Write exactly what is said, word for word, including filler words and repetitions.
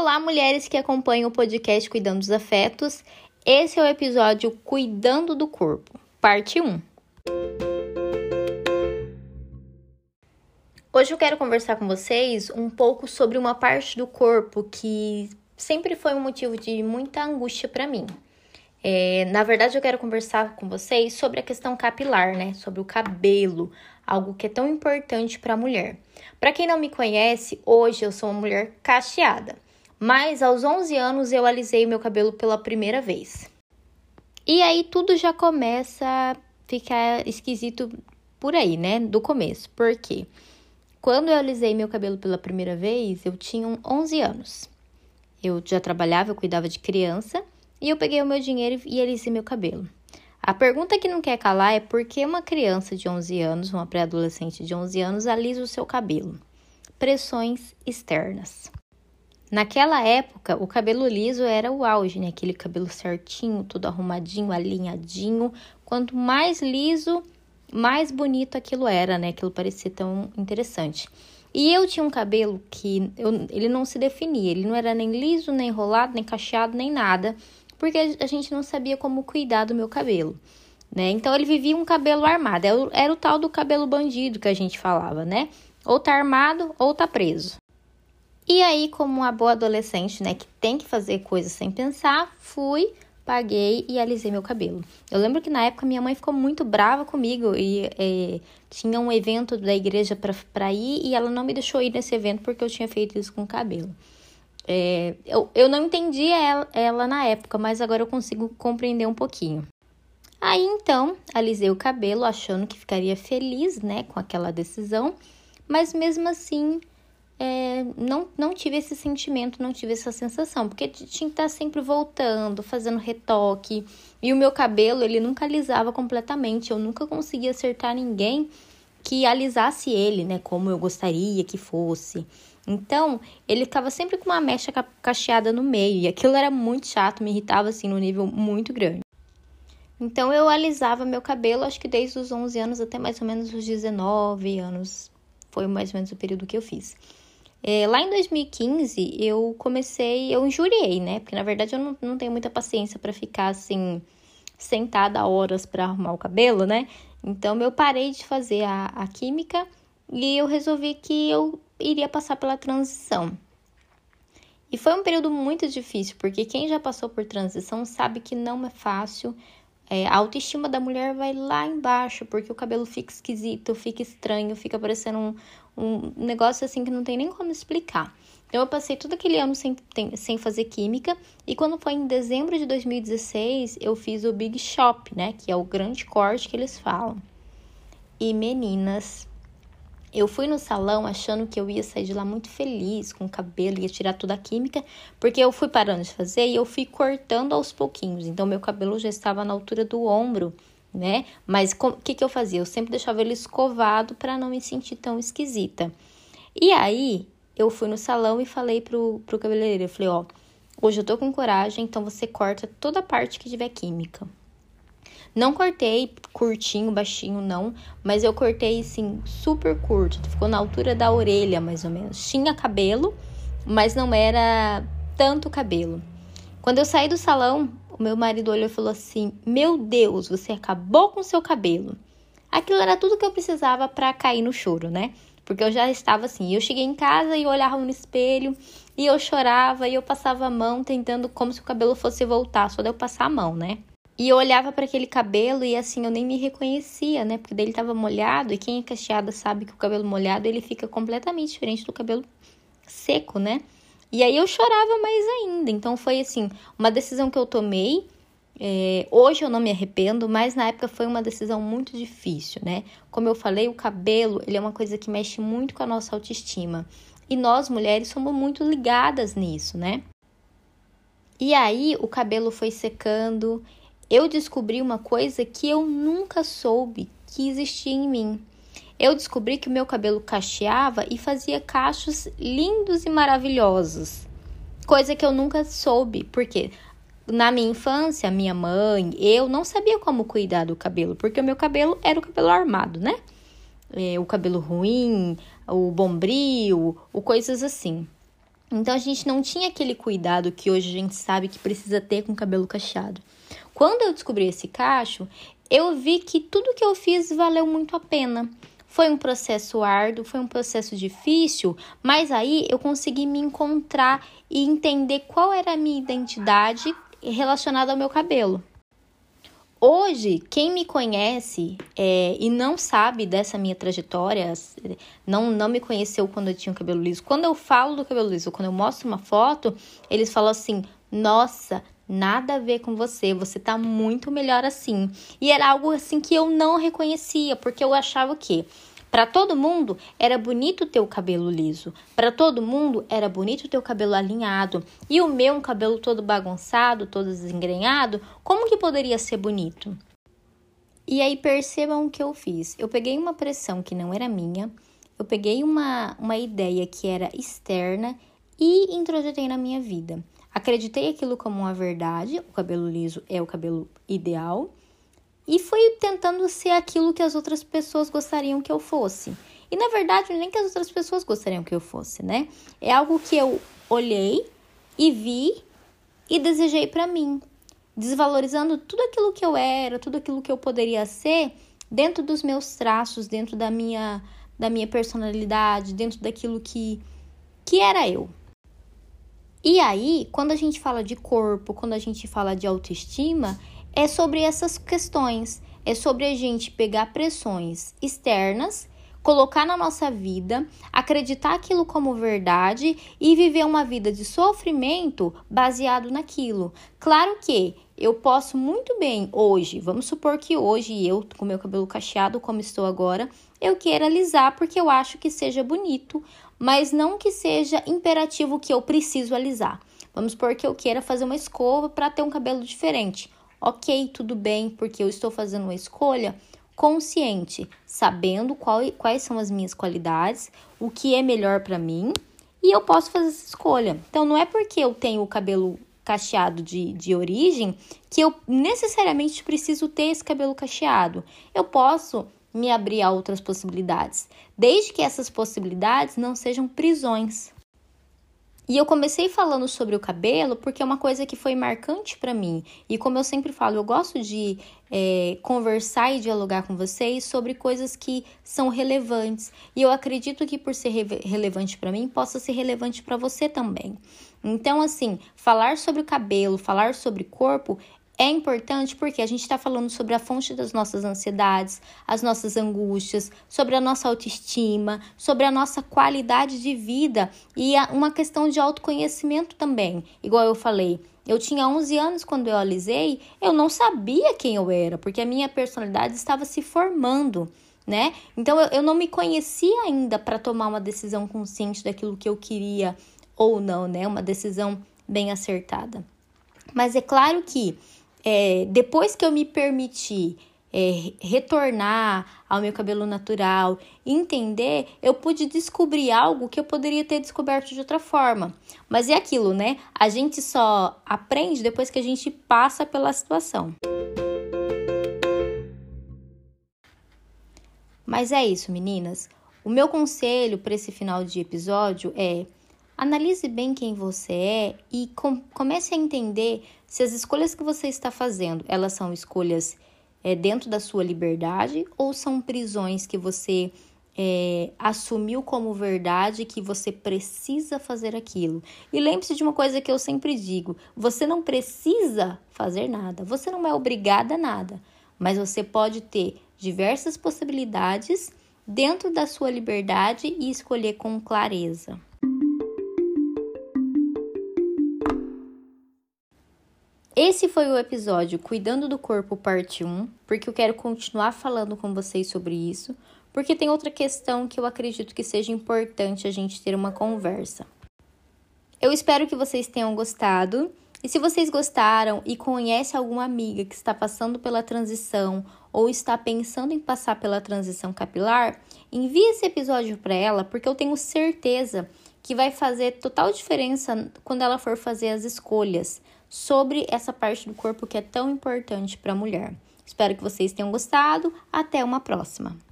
Olá, mulheres que acompanham o podcast Cuidando dos Afetos. Esse é o episódio Cuidando do Corpo, parte um. Hoje eu quero conversar com vocês um pouco sobre uma parte do corpo que sempre foi um motivo de muita angústia para mim. É, na verdade, eu quero conversar com vocês sobre a questão capilar, né? Sobre o cabelo, algo que é tão importante para a mulher. Para quem não me conhece, hoje eu sou uma mulher cacheada. Mas aos onze anos eu alisei meu cabelo pela primeira vez. E aí tudo já começa a ficar esquisito por aí, né? Do começo. Por quê? Quando eu alisei meu cabelo pela primeira vez, eu tinha onze anos. Eu já trabalhava, eu cuidava de criança. E eu peguei o meu dinheiro e alisei meu cabelo. A pergunta que não quer calar é por que uma criança de onze anos, uma pré-adolescente de onze anos, alisa o seu cabelo? Pressões externas. Naquela época, o cabelo liso era o auge, né? Aquele cabelo certinho, tudo arrumadinho, alinhadinho. Quanto mais liso, mais bonito aquilo era, né? Aquilo parecia tão interessante. E eu tinha um cabelo que eu, ele não se definia. Ele não era nem liso, nem enrolado, nem cacheado, nem nada. Porque a gente não sabia como cuidar do meu cabelo, né? Então, ele vivia um cabelo armado. Era o, era o tal do cabelo bandido que a gente falava, né? Ou tá armado ou tá preso. E aí, como uma boa adolescente, né, que tem que fazer coisas sem pensar, fui, paguei e alisei meu cabelo. Eu lembro que na época minha mãe ficou muito brava comigo e é, tinha um evento da igreja pra, pra ir e ela não me deixou ir nesse evento porque eu tinha feito isso com o cabelo. É, eu, eu não entendia ela, ela na época, mas agora eu consigo compreender um pouquinho. Aí, então, alisei o cabelo achando que ficaria feliz, né, com aquela decisão, mas mesmo assim... É, não, não tive esse sentimento, não tive essa sensação, porque tinha que estar sempre voltando, fazendo retoque, e o meu cabelo, ele nunca alisava completamente, eu nunca conseguia acertar ninguém que alisasse ele, né, como eu gostaria que fosse. Então, ele ficava sempre com uma mecha cacheada no meio, e aquilo era muito chato, me irritava, assim, no nível muito grande. Então, eu alisava meu cabelo, acho que desde os onze anos até mais ou menos os dezenove anos, foi mais ou menos o período que eu fiz. É, lá em dois mil e quinze, eu comecei, eu injuriei, né? Porque, na verdade, eu não, não tenho muita paciência para ficar, assim, sentada horas para arrumar o cabelo, né? Então, eu parei de fazer a, a química e eu resolvi que eu iria passar pela transição. E foi um período muito difícil, porque quem já passou por transição sabe que não é fácil. É, a autoestima da mulher vai lá embaixo, porque o cabelo fica esquisito, fica estranho, fica parecendo um, um negócio assim que não tem nem como explicar. Então, eu passei todo aquele ano sem, tem, sem fazer química, e quando foi em dezembro de dois mil e dezesseis, eu fiz o Big Shop, né, que é o grande corte que eles falam. E meninas... Eu fui no salão achando que eu ia sair de lá muito feliz com o cabelo, ia tirar toda a química, porque eu fui parando de fazer e eu fui cortando aos pouquinhos. Então, meu cabelo já estava na altura do ombro, né? Mas o que, que eu fazia? Eu sempre deixava ele escovado para não me sentir tão esquisita. E aí, eu fui no salão e falei pro, pro cabeleireiro, eu falei, ó, hoje eu tô com coragem, então você corta toda a parte que tiver química. Não cortei curtinho, baixinho, não. Mas eu cortei, assim, super curto. Ficou na altura da orelha, mais ou menos. Tinha cabelo, mas não era tanto cabelo. Quando eu saí do salão, o meu marido olhou e falou assim... Meu Deus, você acabou com o seu cabelo. Aquilo era tudo que eu precisava pra cair no choro, né? Porque eu já estava assim. Eu cheguei em casa e eu olhava no espelho... E eu chorava e eu passava a mão tentando como se o cabelo fosse voltar. Só deu passar a mão, né? E eu olhava para aquele cabelo e assim, eu nem me reconhecia, né? Porque daí ele tava molhado e quem é cacheada sabe que o cabelo molhado, ele fica completamente diferente do cabelo seco, né? E aí eu chorava mais ainda. Então foi assim, uma decisão que eu tomei. É, hoje eu não me arrependo, mas na época foi uma decisão muito difícil, né? Como eu falei, o cabelo, ele é uma coisa que mexe muito com a nossa autoestima. E nós, mulheres, somos muito ligadas nisso, né? E aí o cabelo foi secando. Eu descobri uma coisa que eu nunca soube que existia em mim. Eu descobri que o meu cabelo cacheava e fazia cachos lindos e maravilhosos. Coisa que eu nunca soube, porque na minha infância, minha mãe, eu não sabia como cuidar do cabelo, porque o meu cabelo era o cabelo armado, né? É, o cabelo ruim, o bombril, o coisas assim. Então, a gente não tinha aquele cuidado que hoje a gente sabe que precisa ter com o cabelo cacheado. Quando eu descobri esse cacho, eu vi que tudo que eu fiz valeu muito a pena. Foi um processo árduo, foi um processo difícil, mas aí eu consegui me encontrar e entender qual era a minha identidade relacionada ao meu cabelo. Hoje, quem me conhece é, e não sabe dessa minha trajetória, não, não me conheceu quando eu tinha o cabelo liso. Quando eu falo do cabelo liso, quando eu mostro uma foto, eles falam assim, nossa, nada a ver com você, você tá muito melhor assim. E era algo assim que eu não reconhecia, porque eu achava que para todo mundo era bonito ter o cabelo liso, para todo mundo era bonito ter o cabelo alinhado. E o meu, um cabelo todo bagunçado, todo desengrenhado, como que poderia ser bonito? E aí percebam o que eu fiz. Eu peguei uma pressão que não era minha, eu peguei uma, uma ideia que era externa e introjetei na minha vida. Acreditei aquilo como uma verdade, o cabelo liso é o cabelo ideal, e fui tentando ser aquilo que as outras pessoas gostariam que eu fosse. E na verdade, nem que as outras pessoas gostariam que eu fosse, né? É algo que eu olhei e vi e desejei pra mim, desvalorizando tudo aquilo que eu era, tudo aquilo que eu poderia ser dentro dos meus traços, dentro da minha, da minha personalidade, dentro daquilo que, que era eu. E aí, quando a gente fala de corpo, quando a gente fala de autoestima, é sobre essas questões. É sobre a gente pegar pressões externas, colocar na nossa vida, acreditar aquilo como verdade e viver uma vida de sofrimento baseado naquilo. Claro que eu posso muito bem hoje, vamos supor que hoje eu, com meu cabelo cacheado como estou agora, eu queira alisar porque eu acho que seja bonito, mas não que seja imperativo que eu preciso alisar. Vamos supor que eu queira fazer uma escova para ter um cabelo diferente. Ok, tudo bem, porque eu estou fazendo uma escolha consciente, sabendo qual, quais são as minhas qualidades, o que é melhor para mim, e eu posso fazer essa escolha. Então, não é porque eu tenho o cabelo cacheado de, de origem que eu necessariamente preciso ter esse cabelo cacheado. Eu posso me abrir a outras possibilidades, desde que essas possibilidades não sejam prisões. E eu comecei falando sobre o cabelo porque é uma coisa que foi marcante para mim. E como eu sempre falo, eu gosto de é, conversar e dialogar com vocês sobre coisas que são relevantes. E eu acredito que por ser re- relevante para mim, possa ser relevante para você também. Então, assim, falar sobre o cabelo, falar sobre corpo é importante porque a gente está falando sobre a fonte das nossas ansiedades, as nossas angústias, sobre a nossa autoestima, sobre a nossa qualidade de vida e uma questão de autoconhecimento também. Igual eu falei, eu tinha onze anos quando eu alisei, eu não sabia quem eu era, porque a minha personalidade estava se formando, né? Então eu, eu não me conhecia ainda para tomar uma decisão consciente daquilo que eu queria ou não, né? Uma decisão bem acertada. Mas é claro que É, depois que eu me permiti é, retornar ao meu cabelo natural, entender, eu pude descobrir algo que eu poderia ter descoberto de outra forma. Mas é aquilo, né? A gente só aprende depois que a gente passa pela situação. Mas é isso, meninas. O meu conselho para esse final de episódio é: analise bem quem você é e com, comece a entender se as escolhas que você está fazendo, elas são escolhas é, dentro da sua liberdade ou são prisões que você é, assumiu como verdade que você precisa fazer aquilo. E lembre-se de uma coisa que eu sempre digo, você não precisa fazer nada, você não é obrigada a nada, mas você pode ter diversas possibilidades dentro da sua liberdade e escolher com clareza. Esse foi o episódio Cuidando do Corpo parte um, porque eu quero continuar falando com vocês sobre isso, porque tem outra questão que eu acredito que seja importante a gente ter uma conversa. Eu espero que vocês tenham gostado, e se vocês gostaram e conhecem alguma amiga que está passando pela transição ou está pensando em passar pela transição capilar, envie esse episódio para ela, porque eu tenho certeza que vai fazer total diferença quando ela for fazer as escolhas sobre essa parte do corpo que é tão importante para a mulher. Espero que vocês tenham gostado. Até uma próxima!